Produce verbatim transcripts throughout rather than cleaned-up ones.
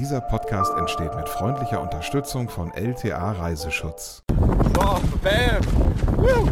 Dieser Podcast entsteht mit freundlicher Unterstützung von L T A Reiseschutz. So, bam! Woo.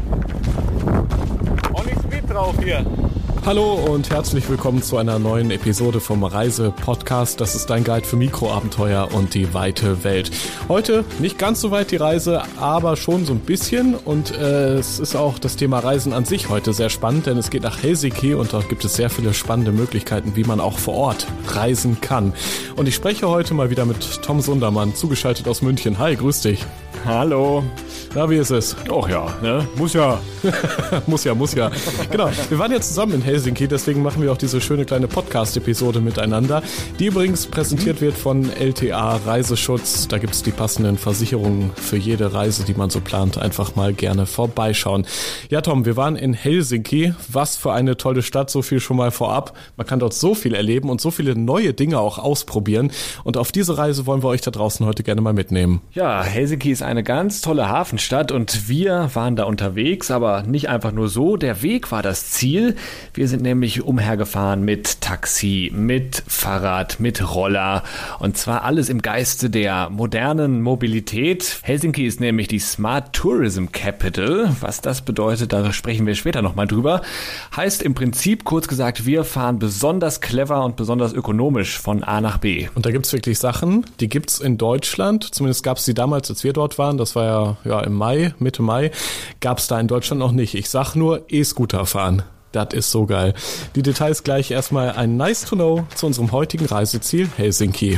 Ordentlich Speed drauf hier. Hallo und herzlich willkommen zu einer neuen Episode vom Reise-Podcast. Das ist dein Guide für Mikroabenteuer und die weite Welt. Heute nicht ganz so weit die Reise, aber schon so ein bisschen. Und äh, es ist auch das Thema Reisen an sich heute sehr spannend, denn es geht nach Helsinki und dort gibt es sehr viele spannende Möglichkeiten, wie man auch vor Ort reisen kann. Und ich spreche heute mal wieder mit Tom Sundermann, zugeschaltet aus München. Hi, grüß dich. Hallo. Na, wie ist es? Och ja, ne? Muss ja. muss ja, muss ja. Genau, wir waren ja zusammen in Helsinki, deswegen machen wir auch diese schöne kleine Podcast-Episode miteinander, die übrigens präsentiert wird von L T A Reiseschutz. Da gibt es die passenden Versicherungen für jede Reise, die man so plant. Einfach mal gerne vorbeischauen. Ja, Tom, wir waren in Helsinki. Was für eine tolle Stadt, so viel schon mal vorab. Man kann dort so viel erleben und so viele neue Dinge auch ausprobieren. Und auf diese Reise wollen wir euch da draußen heute gerne mal mitnehmen. Ja, Helsinki ist eine ganz tolle Hafenstadt und wir waren da unterwegs, aber nicht einfach nur so. Der Weg war das Ziel. Wir sind nämlich umhergefahren mit Taxi, mit Fahrrad, mit Roller und zwar alles im Geiste der modernen Mobilität. Helsinki ist nämlich die Smart Tourism Capital. Was das bedeutet, da sprechen wir später nochmal drüber. Heißt im Prinzip, kurz gesagt, wir fahren besonders clever und besonders ökonomisch von A nach B. Und da gibt's wirklich Sachen, die gibt's in Deutschland. Zumindest gab's die damals, als wir dort waren. Das war ja, ja im Mai, Mitte Mai. Gab's da in Deutschland noch nicht. Ich sag nur E-Scooter fahren. Das ist so geil. Die Details gleich. Erstmal ein Nice to Know zu unserem heutigen Reiseziel Helsinki.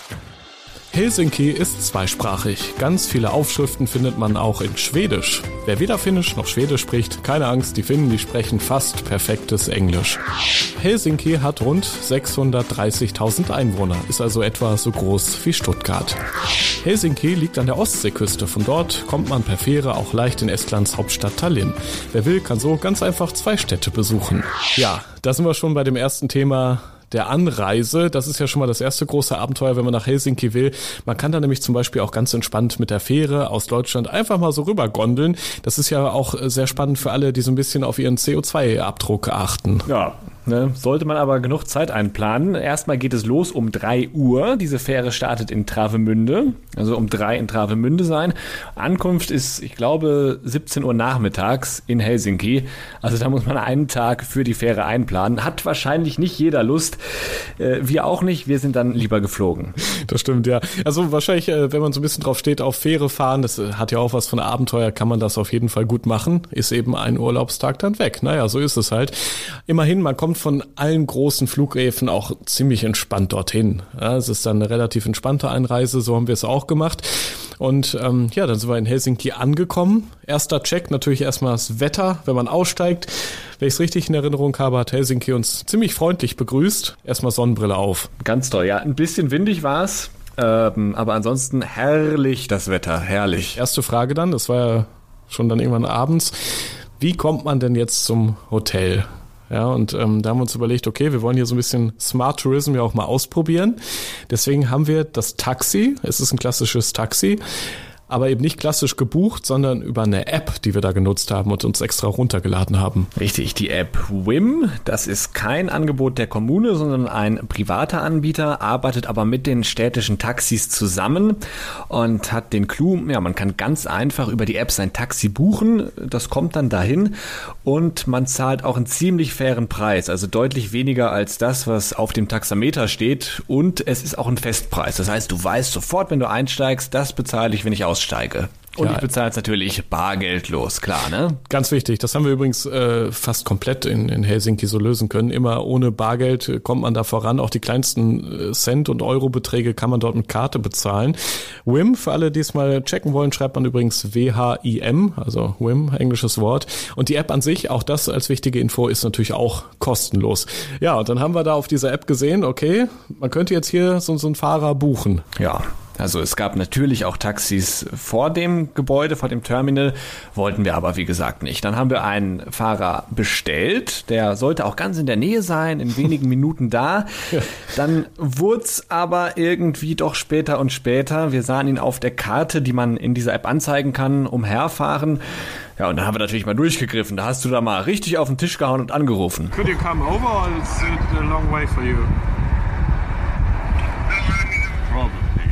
Helsinki ist zweisprachig. Ganz viele Aufschriften findet man auch in Schwedisch. Wer weder Finnisch noch Schwedisch spricht, keine Angst, die Finnen, die sprechen fast perfektes Englisch. Helsinki hat rund sechshundertdreißigtausend Einwohner, ist also etwa so groß wie Stuttgart. Helsinki liegt an der Ostseeküste. Von dort kommt man per Fähre auch leicht in Estlands Hauptstadt Tallinn. Wer will, kann so ganz einfach zwei Städte besuchen. Ja, da sind wir schon bei dem ersten Thema der Anreise. Das ist ja schon mal das erste große Abenteuer, wenn man nach Helsinki will. Man kann da nämlich zum Beispiel auch ganz entspannt mit der Fähre aus Deutschland einfach mal so rüber gondeln. Das ist ja auch sehr spannend für alle, die so ein bisschen auf ihren C O zwei Abdruck achten. Ja, ne, sollte man aber genug Zeit einplanen. Erstmal geht es los um drei Uhr. Diese Fähre startet in Travemünde, also um drei in Travemünde sein. Ankunft ist, ich glaube, siebzehn Uhr nachmittags in Helsinki. Also da muss man einen Tag für die Fähre einplanen. Hat wahrscheinlich nicht jeder Lust. Äh, wir auch nicht. Wir sind dann lieber geflogen. Das stimmt, ja. Also wahrscheinlich, wenn man so ein bisschen drauf steht, auf Fähre fahren, das hat ja auch was von Abenteuer, kann man das auf jeden Fall gut machen. Ist eben ein Urlaubstag dann weg. Naja, so ist es halt. Immerhin, man kommt von allen großen Flughäfen auch ziemlich entspannt dorthin. Ja, es ist dann eine relativ entspannte Einreise, so haben wir es auch gemacht. Und ähm, ja, dann sind wir in Helsinki angekommen. Erster Check, natürlich erstmal das Wetter, wenn man aussteigt. Wenn ich es richtig in Erinnerung habe, hat Helsinki uns ziemlich freundlich begrüßt. Erstmal Sonnenbrille auf. Ganz toll, ja. Ein bisschen windig war es, ähm, aber ansonsten herrlich das Wetter, herrlich. Erste Frage dann, das war ja schon dann irgendwann abends. Wie kommt man denn jetzt zum Hotel? Ja, und ähm, da haben wir uns überlegt, okay, wir wollen hier so ein bisschen Smart Tourism ja auch mal ausprobieren. Deswegen haben wir das Taxi, es ist ein klassisches Taxi, aber eben nicht klassisch gebucht, sondern über eine App, die wir da genutzt haben und uns extra runtergeladen haben. Richtig, die App Whim, das ist kein Angebot der Kommune, sondern ein privater Anbieter, arbeitet aber mit den städtischen Taxis zusammen und hat den Clou, ja, man kann ganz einfach über die App sein Taxi buchen, das kommt dann dahin und man zahlt auch einen ziemlich fairen Preis, also deutlich weniger als das, was auf dem Taxameter steht und es ist auch ein Festpreis, das heißt, du weißt sofort, wenn du einsteigst, das bezahle ich, wenn ich aussteige. Und ja, ich bezahle es natürlich bargeldlos, klar, ne? Ganz wichtig, das haben wir übrigens äh, fast komplett in, in Helsinki so lösen können. Immer ohne Bargeld kommt man da voran. Auch die kleinsten Cent- und Eurobeträge kann man dort mit Karte bezahlen. Whim, für alle, die es mal checken wollen, schreibt man übrigens W H I M, also Whim, englisches Wort. Und die App an sich, auch das als wichtige Info, ist natürlich auch kostenlos. Ja, und dann haben wir da auf dieser App gesehen, okay, man könnte jetzt hier so, so einen Fahrer buchen. Ja. Also es gab natürlich auch Taxis vor dem Gebäude, vor dem Terminal, wollten wir aber wie gesagt nicht. Dann haben wir einen Fahrer bestellt, der sollte auch ganz in der Nähe sein, in wenigen Minuten da. Dann wurde es aber irgendwie doch später und später. Wir sahen ihn auf der Karte, die man in dieser App anzeigen kann, umherfahren. Ja, und dann haben wir natürlich mal durchgegriffen. Da hast du da mal richtig auf den Tisch gehauen und angerufen. Could you come over or is it a long way for you? Probably.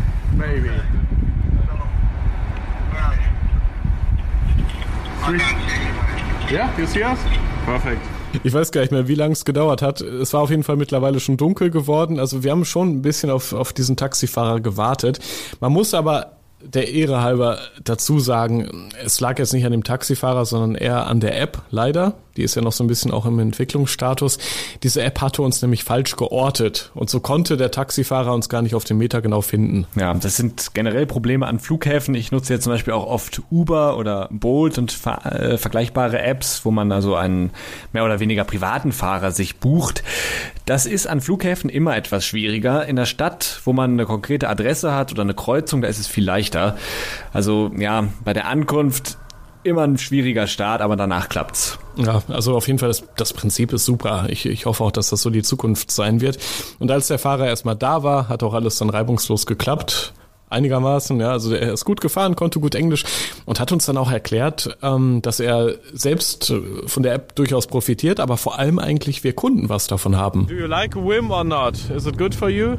Yeah, you see us? Perfect. Ich weiß gar nicht mehr, wie lange es gedauert hat. Es war auf jeden Fall mittlerweile schon dunkel geworden. Also wir haben schon ein bisschen auf, auf diesen Taxifahrer gewartet. Man muss aber der Ehre halber dazu sagen, es lag jetzt nicht an dem Taxifahrer, sondern eher an der App, leider. Die ist ja noch so ein bisschen auch im Entwicklungsstatus. Diese App hatte uns nämlich falsch geortet und so konnte der Taxifahrer uns gar nicht auf dem Meter genau finden. Ja, das sind generell Probleme an Flughäfen. Ich nutze jetzt zum Beispiel auch oft Uber oder Bolt und ver- äh, vergleichbare Apps, wo man also einen mehr oder weniger privaten Fahrer sich bucht. Das ist an Flughäfen immer etwas schwieriger. In der Stadt, wo man eine konkrete Adresse hat oder eine Kreuzung, da ist es viel leichter. Also ja, bei der Ankunft immer ein schwieriger Start, aber danach klappt's. Ja, also auf jeden Fall, das, das Prinzip ist super. Ich, ich hoffe auch, dass das so die Zukunft sein wird. Und als der Fahrer erstmal da war, hat auch alles dann reibungslos geklappt. Einigermaßen, ja, also er ist gut gefahren, konnte gut Englisch und hat uns dann auch erklärt, ähm, dass er selbst von der App durchaus profitiert, aber vor allem eigentlich wir Kunden was davon haben. Do you like Wim or not? Is it good for you?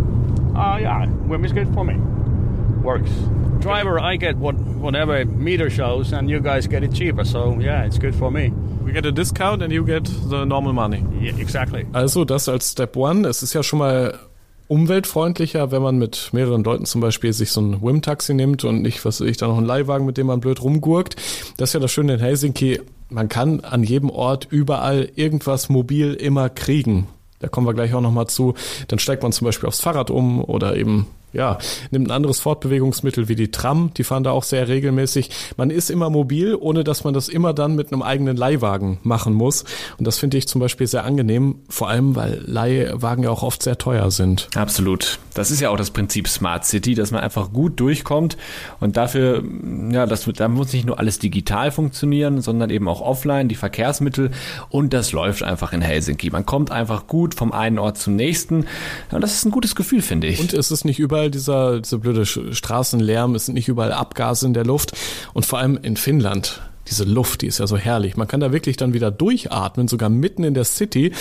Uh, yeah, Wim is good for me. Works. Driver, I get what whatever meter shows, and you guys get it cheaper. So yeah, it's good for me. We get a discount and you get the normal money. Yeah, exactly. Also das als Step One. Es ist ja schon mal umweltfreundlicher, wenn man mit mehreren Leuten zum Beispiel sich so ein Wim-Taxi nimmt und nicht, was weiß ich, da noch einen Leihwagen, mit dem man blöd rumgurkt. Das ist ja das Schöne in Helsinki. Man kann an jedem Ort überall irgendwas mobil immer kriegen. Da kommen wir gleich auch nochmal zu. Dann steigt man zum Beispiel aufs Fahrrad um oder eben, ja, nimmt ein anderes Fortbewegungsmittel wie die Tram. Die fahren da auch sehr regelmäßig. Man ist immer mobil, ohne dass man das immer dann mit einem eigenen Leihwagen machen muss. Und das finde ich zum Beispiel sehr angenehm, vor allem, weil Leihwagen ja auch oft sehr teuer sind. Absolut. Das ist ja auch das Prinzip Smart City, dass man einfach gut durchkommt und dafür, ja, das, da muss nicht nur alles digital funktionieren, sondern eben auch offline, die Verkehrsmittel und das läuft einfach in Helsinki. Man kommt einfach gut vom einen Ort zum nächsten und das ist ein gutes Gefühl, finde ich. Und es ist nicht überall dieser, dieser blöde Straßenlärm, es sind nicht überall Abgase in der Luft und vor allem in Finnland. Diese Luft, die ist ja so herrlich. Man kann da wirklich dann wieder durchatmen, sogar mitten in der City.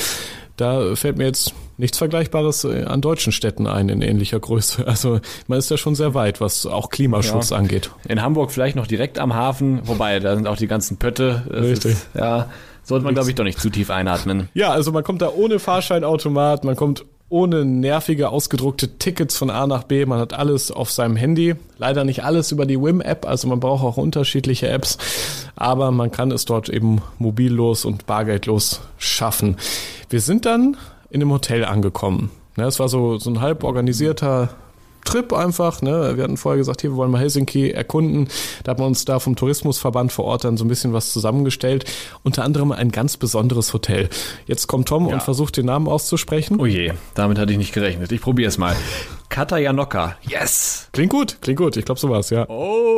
Da fällt mir jetzt nichts Vergleichbares an deutschen Städten ein in ähnlicher Größe. Also man ist ja schon sehr weit, was auch Klimaschutz ja. angeht. In Hamburg vielleicht noch direkt am Hafen, wobei da sind auch die ganzen Pötte. Das Richtig. Ist, ja, sollte man, glaube ich, doch nicht zu tief einatmen. Ja, also man kommt da ohne Fahrscheinautomat, man kommt ohne nervige, ausgedruckte Tickets von A nach B. Man hat alles auf seinem Handy. Leider nicht alles über die Wim-App, also man braucht auch unterschiedliche Apps. Aber man kann es dort eben mobillos und bargeldlos schaffen. Wir sind dann in einem Hotel angekommen. Es war so, so ein halb organisierter Trip einfach, ne? Wir hatten vorher gesagt, hier, wir wollen mal Helsinki erkunden. Da hat man uns da vom Tourismusverband vor Ort dann so ein bisschen was zusammengestellt. Unter anderem ein ganz besonderes Hotel. Jetzt kommt Tom ja. und versucht den Namen auszusprechen. Oh je, damit hatte ich nicht gerechnet. Ich probiere es mal. Katajanokka. Yes! Klingt gut, klingt gut. Ich glaube sowas, ja.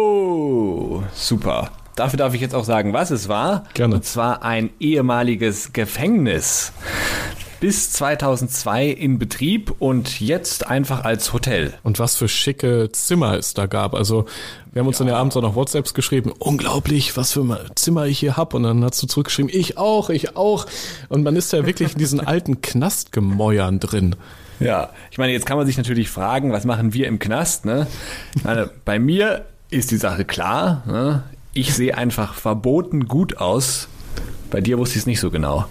Oh, super. Dafür darf ich jetzt auch sagen, was es war. Gerne. Und zwar ein ehemaliges Gefängnis. Bis zweitausendzwei in Betrieb und jetzt einfach als Hotel. Und was für schicke Zimmer es da gab. Also wir haben uns ja. dann ja abends auch noch WhatsApps geschrieben. Unglaublich, was für Zimmer ich hier hab. Und dann hast du zurückgeschrieben, ich auch, ich auch. Und man ist ja wirklich in diesen alten Knastgemäuern drin. Ja, ich meine, jetzt kann man sich natürlich fragen, was machen wir im Knast? Ne? Ich meine, bei mir ist die Sache klar. Ne? Ich sehe einfach verboten gut aus. Bei dir wusste ich es nicht so genau.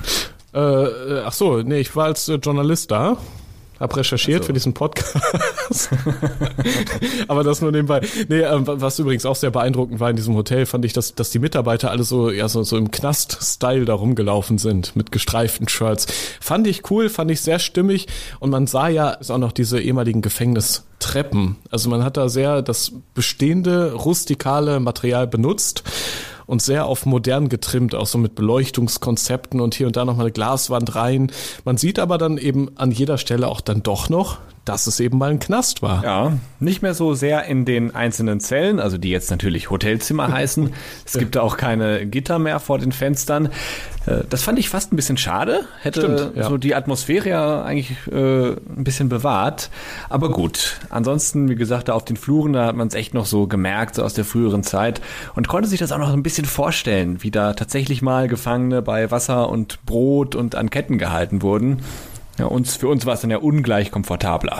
Äh, ach so, nee, ich war als äh, Journalist da, hab recherchiert so. für diesen Podcast. Aber das nur nebenbei. Nee, äh, was übrigens auch sehr beeindruckend war in diesem Hotel, fand ich, dass, dass die Mitarbeiter alle so, ja, so, so im Knast-Style da rumgelaufen sind, mit gestreiften Shirts. Fand ich cool, fand ich sehr stimmig und man sah ja ist auch noch diese ehemaligen Gefängnistreppen. Also man hat da sehr das bestehende, rustikale Material benutzt und sehr auf modern getrimmt, auch so mit Beleuchtungskonzepten und hier und da nochmal eine Glaswand rein. Man sieht aber dann eben an jeder Stelle auch dann doch noch, dass es eben mal ein Knast war. Ja, nicht mehr so sehr in den einzelnen Zellen, also die jetzt natürlich Hotelzimmer heißen. Es gibt da auch keine Gitter mehr vor den Fenstern. Das fand ich fast ein bisschen schade. Hätte Stimmt, ja. so die Atmosphäre ja eigentlich äh, ein bisschen bewahrt. Aber gut, ansonsten, wie gesagt, da auf den Fluren, da hat man es echt noch so gemerkt, so aus der früheren Zeit. Und konnte sich das auch noch ein bisschen vorstellen, wie da tatsächlich mal Gefangene bei Wasser und Brot und an Ketten gehalten wurden. Ja, uns, für uns war es dann ja ungleich komfortabler.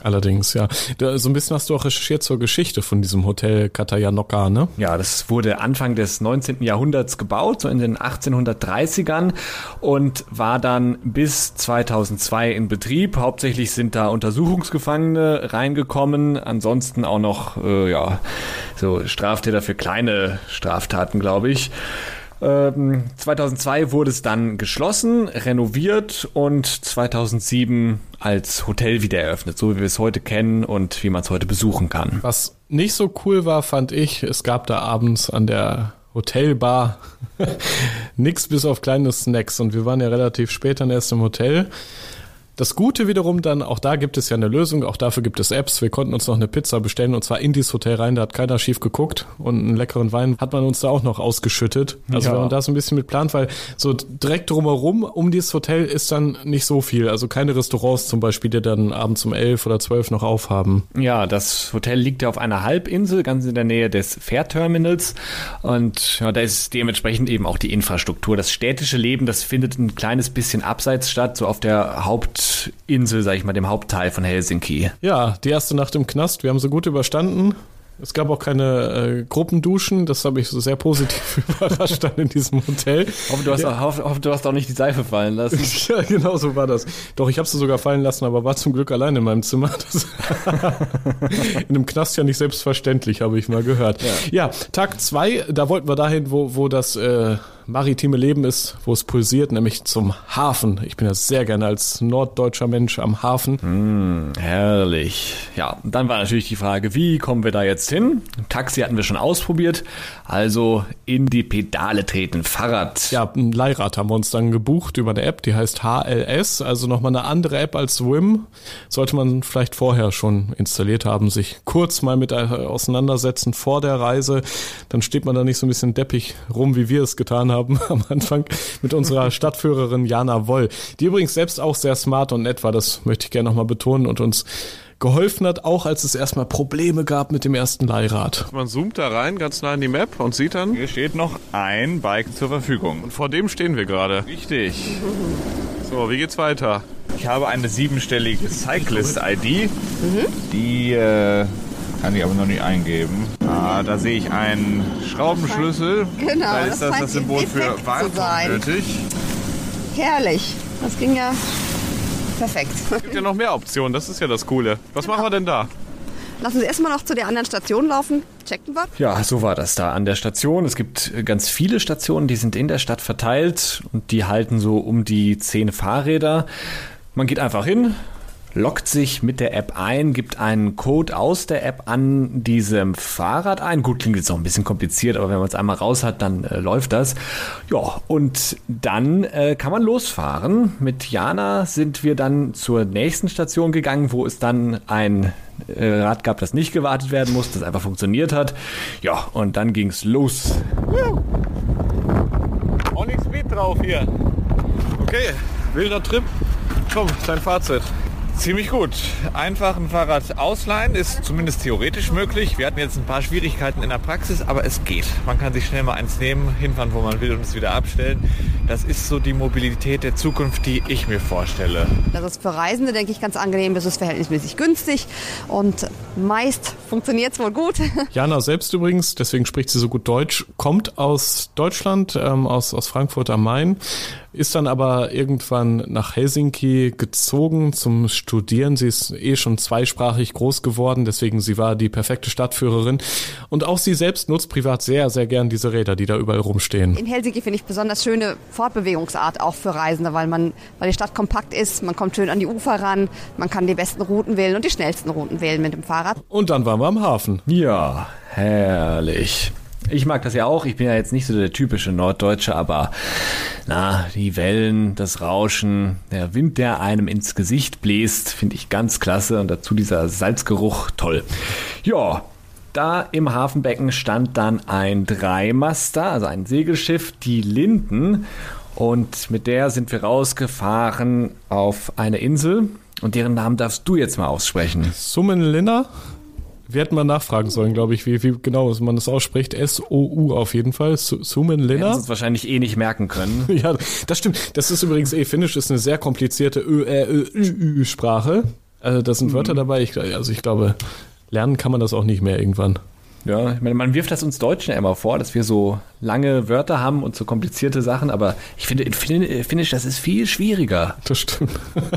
Allerdings, ja. Da, so ein bisschen hast du auch recherchiert zur Geschichte von diesem Hotel Katajanokka, ne? Ja, das wurde Anfang des neunzehnten Jahrhunderts gebaut, so in den achtzehnhundertdreißigern und war dann bis zweitausendzwei in Betrieb. Hauptsächlich sind da Untersuchungsgefangene reingekommen, ansonsten auch noch äh, ja so Straftäter für kleine Straftaten, glaube ich. Ähm, zweitausendzwei wurde es dann geschlossen, renoviert und zweitausendsieben als Hotel wieder eröffnet, so wie wir es heute kennen und wie man es heute besuchen kann. Was nicht so cool war, fand ich, es gab da abends an der Hotelbar nix bis auf kleine Snacks und wir waren ja relativ spät dann erst im Hotel. Das Gute wiederum dann, auch da gibt es ja eine Lösung, auch dafür gibt es Apps. Wir konnten uns noch eine Pizza bestellen und zwar in dieses Hotel rein, da hat keiner schief geguckt und einen leckeren Wein hat man uns da auch noch ausgeschüttet. Also ja. wir haben da so ein bisschen mit plant, weil so direkt drumherum um dieses Hotel ist dann nicht so viel. Also keine Restaurants zum Beispiel, die dann abends um elf oder zwölf noch aufhaben. Ja, das Hotel liegt ja auf einer Halbinsel, ganz in der Nähe des Fährterminals und ja, da ist dementsprechend eben auch die Infrastruktur. Das städtische Leben, das findet ein kleines bisschen abseits statt, so auf der Haupt Insel, sag ich mal, dem Hauptteil von Helsinki. Ja, die erste Nacht im Knast, wir haben sie gut überstanden. Es gab auch keine äh, Gruppenduschen, das habe ich so sehr positiv überrascht dann in diesem Hotel. Hoffe, du hast, ja. auch, hoffe, hoffe, du hast auch nicht die Seife fallen lassen. Ja, genau so war das. Doch, ich habe sie sogar fallen lassen, aber war zum Glück allein in meinem Zimmer. Das in einem Knast ja nicht selbstverständlich, habe ich mal gehört. Ja, ja, Tag zwei, da wollten wir dahin, wo, wo das äh, maritime Leben ist, wo es pulsiert, nämlich zum Hafen. Ich bin ja sehr gerne als norddeutscher Mensch am Hafen. Mm, herrlich. Ja, und dann war natürlich die Frage, wie kommen wir da jetzt hin? Taxi hatten wir schon ausprobiert, also in die Pedale treten, Fahrrad. Ja, ein Leihrad haben wir uns dann gebucht über eine App, die heißt H L S, also nochmal eine andere App als Whim. Sollte man vielleicht vorher schon installiert haben, sich kurz mal mit auseinandersetzen vor der Reise. Dann steht man da nicht so ein bisschen deppig rum, wie wir es getan haben am Anfang mit unserer Stadtführerin Jana Woll, die übrigens selbst auch sehr smart und nett war, das möchte ich gerne nochmal betonen und uns geholfen hat, auch als es erstmal Probleme gab mit dem ersten Leihrad. Man zoomt da rein, ganz nah in die Map und sieht dann... Hier steht noch ein Bike zur Verfügung. Und vor dem stehen wir gerade. Richtig. So, wie geht's weiter? Ich habe eine siebenstellige Cyclist-I D. Mhm. Die äh, kann ich aber noch nicht eingeben. Ah, da sehe ich einen Schraubenschlüssel. Genau, da ist das das, das Symbol für Wartung nötig. Herrlich. Das ging ja perfekt. Es gibt ja noch mehr Optionen, das ist ja das Coole. Was machen wir denn da? Lassen Sie erstmal noch zu der anderen Station laufen. Checken wir. Ja, so war das da an der Station. Es gibt ganz viele Stationen, die sind in der Stadt verteilt und die halten so um die zehn Fahrräder. Man geht einfach hin, loggt sich mit der App ein, gibt einen Code aus der App an diesem Fahrrad ein. Gut, klingt jetzt auch ein bisschen kompliziert, aber wenn man es einmal raus hat, dann äh, läuft das. Ja, und dann äh, kann man losfahren. Mit Jana sind wir dann zur nächsten Station gegangen, wo es dann ein äh, Rad gab, das nicht gewartet werden musste, das einfach funktioniert hat. Ja, und dann ging's los. Ordentlich Speed drauf hier. Okay, wilder Trip. Komm, dein Fazit. Ziemlich gut. Einfach ein Fahrrad ausleihen ist zumindest theoretisch möglich. Wir hatten jetzt ein paar Schwierigkeiten in der Praxis, aber es geht. Man kann sich schnell mal eins nehmen, hinfahren, wo man will und es wieder abstellen. Das ist so die Mobilität der Zukunft, die ich mir vorstelle. Das ist für Reisende, denke ich, ganz angenehm. Das ist verhältnismäßig günstig und meist funktioniert es wohl gut. Jana selbst übrigens, deswegen spricht sie so gut Deutsch, kommt aus Deutschland, ähm, aus, aus Frankfurt am Main, ist dann aber irgendwann nach Helsinki gezogen zum Studieren. Sie ist eh schon zweisprachig groß geworden, deswegen sie war die perfekte Stadtführerin. Und auch sie selbst nutzt privat sehr, sehr gern diese Räder, die da überall rumstehen. In Helsinki finde ich besonders schöne Fortbewegungsart auch für Reisende, weil man, weil die Stadt kompakt ist, man kommt schön an die Ufer ran, man kann die besten Routen wählen und die schnellsten Routen wählen mit dem Fahrrad. Und dann waren wir am Hafen. Ja, herrlich. Ich mag das ja auch. Ich bin ja jetzt nicht so der typische Norddeutsche, aber na, die Wellen, das Rauschen, der Wind, der einem ins Gesicht bläst, finde ich ganz klasse. Und dazu dieser Salzgeruch, toll. Ja, da im Hafenbecken stand dann ein Dreimaster, also ein Segelschiff, die Linden. Und mit der sind wir rausgefahren auf eine Insel. Und deren Namen darfst du jetzt mal aussprechen. Suomenlinna? Wir hätten mal nachfragen sollen, glaube ich, wie, wie genau man das ausspricht. S O U auf jeden Fall. Suomenlinna. Wir hätten uns wahrscheinlich eh nicht merken können. Ja, das stimmt. Das ist übrigens eh, Finnisch ist eine sehr komplizierte Ö-Ä-Ö-Ü-Sprache. Also da sind mhm. Wörter dabei, ich, also ich glaube, lernen kann man das auch nicht mehr irgendwann. Ja, ich meine, man wirft das uns Deutschen ja immer vor, dass wir so lange Wörter haben und so komplizierte Sachen, aber ich finde, in Finnisch, das ist viel schwieriger. Das stimmt.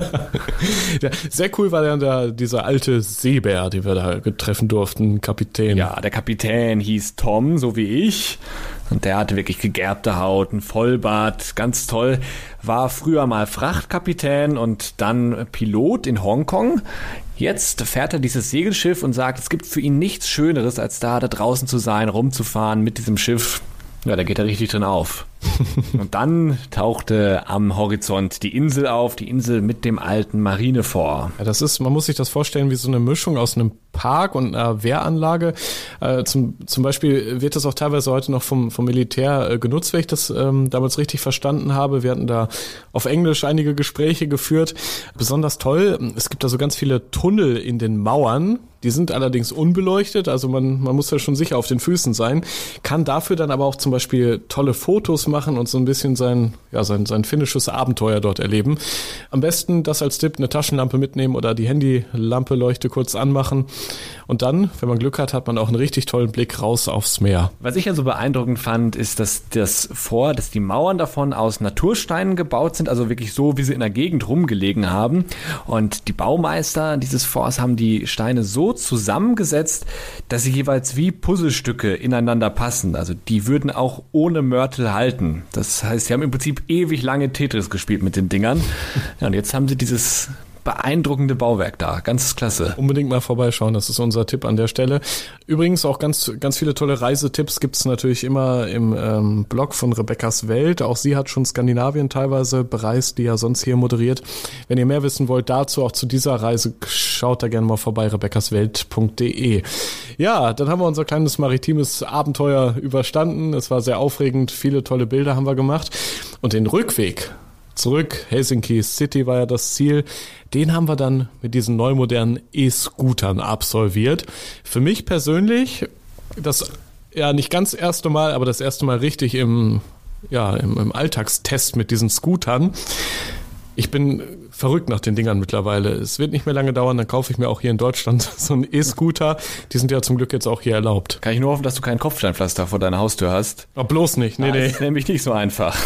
Ja, sehr cool war dann der, dieser alte Seebär, den wir da treffen durften, Kapitän. Ja, der Kapitän hieß Tom, so wie ich. Und der hatte wirklich gegerbte Haut, ein Vollbart, ganz toll. War früher mal Frachtkapitän und dann Pilot in Hongkong. Jetzt fährt er dieses Segelschiff und sagt, es gibt für ihn nichts Schöneres, als da, da draußen zu sein, rumzufahren mit diesem Schiff. Ja, da geht er richtig drin auf. Und dann tauchte am Horizont die Insel auf, die Insel mit dem alten Marinefort. Ja, das ist, man muss sich das vorstellen wie so eine Mischung aus einem Park und einer Wehranlage. Äh, zum, zum Beispiel wird das auch teilweise heute noch vom, vom Militär äh, genutzt, wenn ich das ähm, damals richtig verstanden habe. Wir hatten da auf Englisch einige Gespräche geführt. Besonders toll, es gibt da so ganz viele Tunnel in den Mauern. Die sind allerdings unbeleuchtet, also man, man muss ja schon sicher auf den Füßen sein, kann dafür dann aber auch zum Beispiel tolle Fotos machen und so ein bisschen sein, ja, sein, sein finnisches Abenteuer dort erleben. Am besten das als Tipp, eine Taschenlampe mitnehmen oder die Handylampe Leuchte kurz anmachen und dann, wenn man Glück hat, hat man auch einen richtig tollen Blick raus aufs Meer. Was ich ja so beeindruckend fand, ist, dass das Fort, dass die Mauern davon aus Natursteinen gebaut sind, also wirklich so, wie sie in der Gegend rumgelegen haben, und die Baumeister dieses Forts haben die Steine so zusammengesetzt, dass sie jeweils wie Puzzlestücke ineinander passen. Also die würden auch ohne Mörtel halten. Das heißt, sie haben im Prinzip ewig lange Tetris gespielt mit den Dingern. Ja, und jetzt haben sie dieses beeindruckende Bauwerk da. Ganz klasse. Unbedingt mal vorbeischauen, das ist unser Tipp an der Stelle. Übrigens auch ganz ganz viele tolle Reisetipps gibt es natürlich immer im ähm, Blog von Rebeckas Welt. Auch sie hat schon Skandinavien teilweise bereist, die ja sonst hier moderiert. Wenn ihr mehr wissen wollt dazu, auch zu dieser Reise, schaut da gerne mal vorbei, rebeccaswelt punkt de. Ja, dann haben wir unser kleines maritimes Abenteuer überstanden. Es war sehr aufregend, viele tolle Bilder haben wir gemacht. Und den Rückweg zurück, Helsinki City war ja das Ziel, den haben wir dann mit diesen neu modernen E-Scootern absolviert. Für mich persönlich das ja nicht ganz erste Mal, aber das erste Mal richtig im, ja, im, im Alltagstest mit diesen Scootern. Ich bin verrückt nach den Dingern mittlerweile. Es wird nicht mehr lange dauern, dann kaufe ich mir auch hier in Deutschland so einen E-Scooter. Die sind ja zum Glück jetzt auch hier erlaubt. Kann ich nur hoffen, dass du kein Kopfsteinpflaster vor deiner Haustür hast. Oh, bloß nicht, nee, das nee. Das ist nämlich nicht so einfach.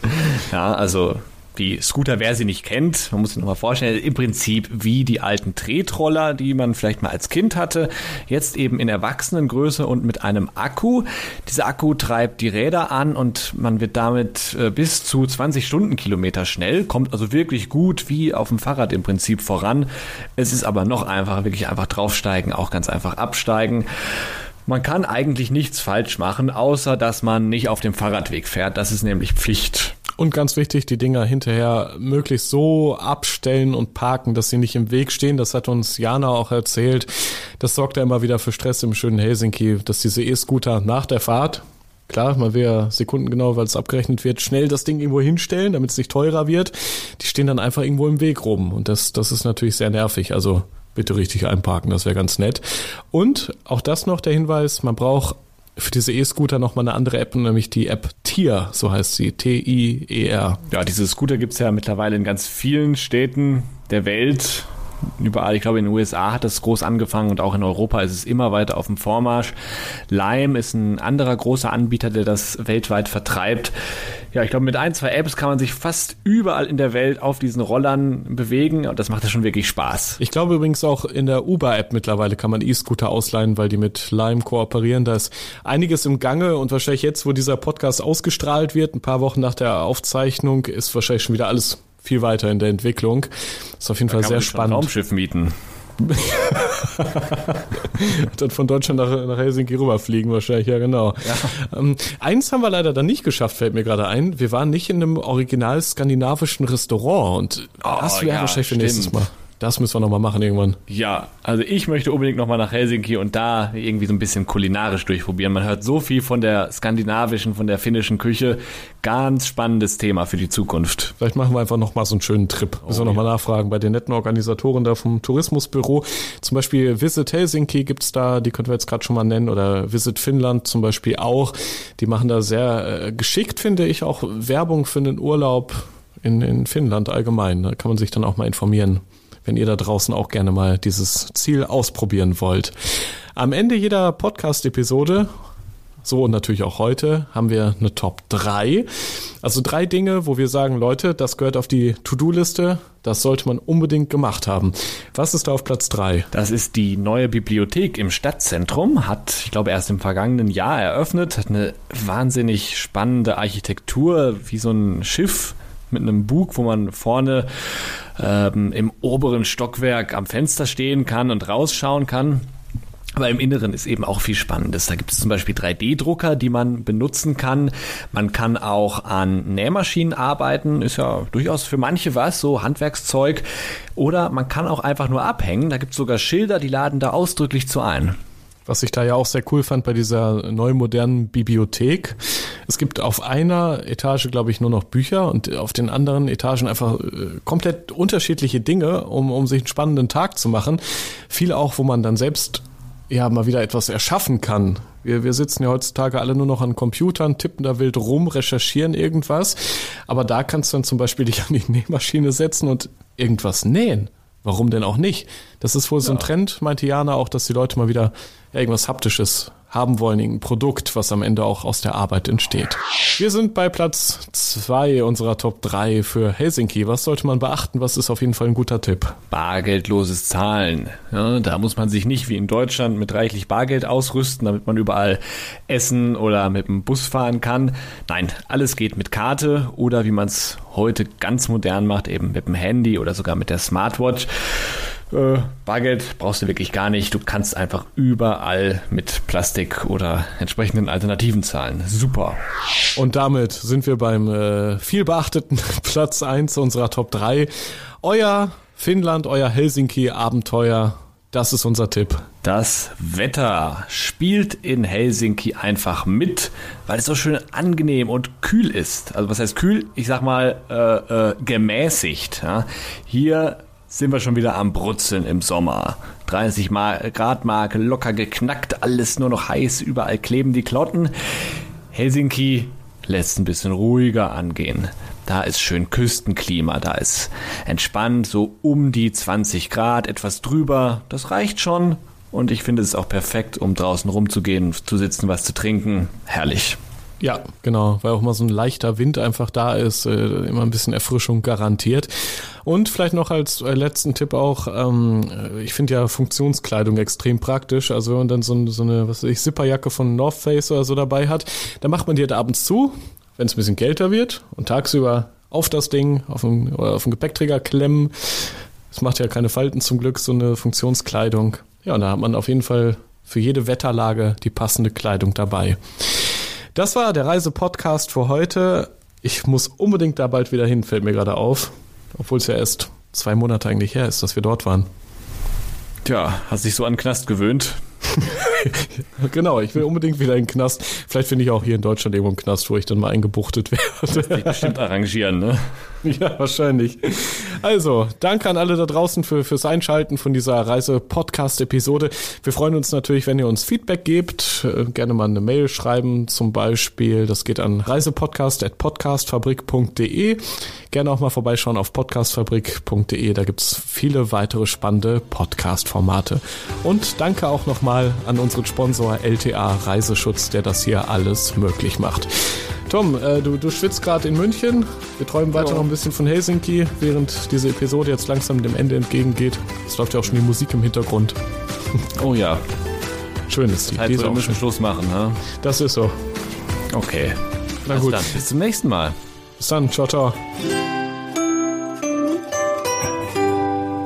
Ja, also die Scooter, wer sie nicht kennt, man muss sich nochmal vorstellen, im Prinzip wie die alten Tretroller, die man vielleicht mal als Kind hatte, jetzt eben in Erwachsenengröße und mit einem Akku. Dieser Akku treibt die Räder an und man wird damit äh, bis zu zwanzig Stundenkilometer schnell, kommt also wirklich gut wie auf dem Fahrrad im Prinzip voran. Es ist aber noch einfacher, wirklich einfach draufsteigen, auch ganz einfach absteigen. Man kann eigentlich nichts falsch machen, außer dass man nicht auf dem Fahrradweg fährt. Das ist nämlich Pflicht. Und ganz wichtig, die Dinger hinterher möglichst so abstellen und parken, dass sie nicht im Weg stehen. Das hat uns Jana auch erzählt. Das sorgt ja immer wieder für Stress im schönen Helsinki, dass diese E-Scooter nach der Fahrt, klar, man will ja sekundengenau, weil es abgerechnet wird, schnell das Ding irgendwo hinstellen, damit es nicht teurer wird. Die stehen dann einfach irgendwo im Weg rum. Und das, das ist natürlich sehr nervig. Also bitte richtig einparken, das wäre ganz nett. Und auch das noch der Hinweis, man braucht für diese E-Scooter nochmal eine andere App, nämlich die App Tier, so heißt sie, T I E R. Ja, diese Scooter gibt es ja mittlerweile in ganz vielen Städten der Welt. Überall, ich glaube in den U S A hat das groß angefangen und auch in Europa ist es immer weiter auf dem Vormarsch. Lime ist ein anderer großer Anbieter, der das weltweit vertreibt. Ja, ich glaube mit ein, zwei Apps kann man sich fast überall in der Welt auf diesen Rollern bewegen und das macht ja schon wirklich Spaß. Ich glaube übrigens auch in der Uber-App mittlerweile kann man E-Scooter ausleihen, weil die mit Lime kooperieren. Da ist einiges im Gange und wahrscheinlich jetzt, wo dieser Podcast ausgestrahlt wird, ein paar Wochen nach der Aufzeichnung, ist wahrscheinlich schon wieder alles viel weiter in der Entwicklung. Ist auf jeden da Fall sehr spannend. Ein Raumschiff mieten. Dann von Deutschland nach, nach Helsinki rüberfliegen wahrscheinlich, ja genau. Ja. Ähm, eins haben wir leider dann nicht geschafft, fällt mir gerade ein. Wir waren nicht in einem original skandinavischen Restaurant und oh, das wäre ja, wahrscheinlich für nächstes Mal. Das müssen wir nochmal machen irgendwann. Ja, also ich möchte unbedingt nochmal nach Helsinki und da irgendwie so ein bisschen kulinarisch durchprobieren. Man hört so viel von der skandinavischen, von der finnischen Küche. Ganz spannendes Thema für die Zukunft. Vielleicht machen wir einfach nochmal so einen schönen Trip. Müssen wir oh, nochmal ja. nachfragen bei den netten Organisatoren da vom Tourismusbüro. Zum Beispiel Visit Helsinki gibt's da, die können wir jetzt gerade schon mal nennen. Oder Visit Finnland zum Beispiel auch. Die machen da sehr äh, geschickt, finde ich, auch Werbung für den Urlaub in, in Finnland allgemein. Da kann man sich dann auch mal informieren, wenn ihr da draußen auch gerne mal dieses Ziel ausprobieren wollt. Am Ende jeder Podcast-Episode, so und natürlich auch heute, haben wir eine Top drei. Also drei Dinge, wo wir sagen, Leute, das gehört auf die To-Do-Liste, das sollte man unbedingt gemacht haben. Was ist da auf Platz drei? Das ist die neue Bibliothek im Stadtzentrum, hat, ich glaube, erst im vergangenen Jahr eröffnet, hat eine wahnsinnig spannende Architektur, wie so ein Schiff mit einem Bug, wo man vorne ähm, im oberen Stockwerk am Fenster stehen kann und rausschauen kann. Aber im Inneren ist eben auch viel Spannendes. Da gibt es zum Beispiel drei D Drucker, die man benutzen kann. Man kann auch an Nähmaschinen arbeiten, ist ja durchaus für manche was, so Handwerkszeug. Oder man kann auch einfach nur abhängen. Da gibt es sogar Schilder, die laden da ausdrücklich zu ein. Was ich da ja auch sehr cool fand bei dieser neu modernen Bibliothek. Es gibt auf einer Etage, glaube ich, nur noch Bücher und auf den anderen Etagen einfach äh, komplett unterschiedliche Dinge, um, um sich einen spannenden Tag zu machen. Viel auch, wo man dann selbst ja mal wieder etwas erschaffen kann. Wir, wir sitzen ja heutzutage alle nur noch an Computern, tippen da wild rum, recherchieren irgendwas. Aber da kannst du dann zum Beispiel dich an die Nähmaschine setzen und irgendwas nähen. Warum denn auch nicht? Das ist wohl ja so ein Trend, meinte Jana auch, dass die Leute mal wieder ja, irgendwas Haptisches haben wollen, ein Produkt, was am Ende auch aus der Arbeit entsteht. Wir sind bei Platz zwei unserer Top drei für Helsinki. Was sollte man beachten? Was ist auf jeden Fall ein guter Tipp? Bargeldloses Zahlen. Ja, da muss man sich nicht wie in Deutschland mit reichlich Bargeld ausrüsten, damit man überall essen oder mit dem Bus fahren kann. Nein, alles geht mit Karte oder wie man es heute ganz modern macht, eben mit dem Handy oder sogar mit der Smartwatch. Äh, Bargeld brauchst du wirklich gar nicht. Du kannst einfach überall mit Plastik oder entsprechenden Alternativen zahlen. Super. Und damit sind wir beim äh, viel beachteten Platz eins unserer Top drei. Euer Finnland, euer Helsinki-Abenteuer, das ist unser Tipp. Das Wetter spielt in Helsinki einfach mit, weil es so schön angenehm und kühl ist. Also was heißt kühl? Ich sag mal äh, äh, gemäßigt. Ja? Hier sind wir schon wieder am Brutzeln im Sommer. dreißig Grad Marke, locker geknackt, alles nur noch heiß, überall kleben die Klotten. Helsinki lässt ein bisschen ruhiger angehen. Da ist schön Küstenklima, da ist entspannt, so um die zwanzig Grad, etwas drüber. Das reicht schon und ich finde es auch perfekt, um draußen rumzugehen, zu sitzen, was zu trinken. Herrlich. Ja, genau, weil auch mal so ein leichter Wind einfach da ist, äh, immer ein bisschen Erfrischung garantiert. Und vielleicht noch als äh, letzten Tipp auch, ähm, ich finde ja Funktionskleidung extrem praktisch. Also wenn man dann so, so eine, was weiß ich, Zipperjacke von North Face oder so dabei hat, dann macht man die halt abends zu, wenn es ein bisschen kälter wird und tagsüber auf das Ding, auf den, oder auf den Gepäckträger klemmen. Das macht ja keine Falten zum Glück, so eine Funktionskleidung. Ja, und da hat man auf jeden Fall für jede Wetterlage die passende Kleidung dabei. Das war der Reise-Podcast für heute. Ich muss unbedingt da bald wieder hin, fällt mir gerade auf. Obwohl es ja erst zwei Monate eigentlich her ist, dass wir dort waren. Tja, hast dich so an den Knast gewöhnt? Genau, ich will unbedingt wieder in den Knast. Vielleicht finde ich auch hier in Deutschland irgendwo einen Knast, wo ich dann mal eingebuchtet werde. Das wird sich bestimmt arrangieren, ne? Ja, wahrscheinlich. Also, danke an alle da draußen für, fürs Einschalten von dieser Reise-Podcast-Episode. Wir freuen uns natürlich, wenn ihr uns Feedback gebt. Äh, gerne mal eine Mail schreiben zum Beispiel. Das geht an reisepodcast at podcastfabrik punkt de. Gerne auch mal vorbeischauen auf podcastfabrik punkt de. Da gibt's viele weitere spannende Podcast-Formate. Und danke auch nochmal an unseren Sponsor L T A Reiseschutz, der das hier alles möglich macht. Tom, äh, du, du schwitzt gerade in München. Wir träumen weiter ja. noch ein bisschen von Helsinki, während diese Episode jetzt langsam dem Ende entgegengeht. Es läuft ja auch schon die Musik im Hintergrund. Oh ja. Schön ist die. Halt, die ist wir auch müssen schön. Schluss machen, ne? Das ist so. Okay. Na also gut. dann, bis zum nächsten Mal. Bis dann. Ciao, ciao.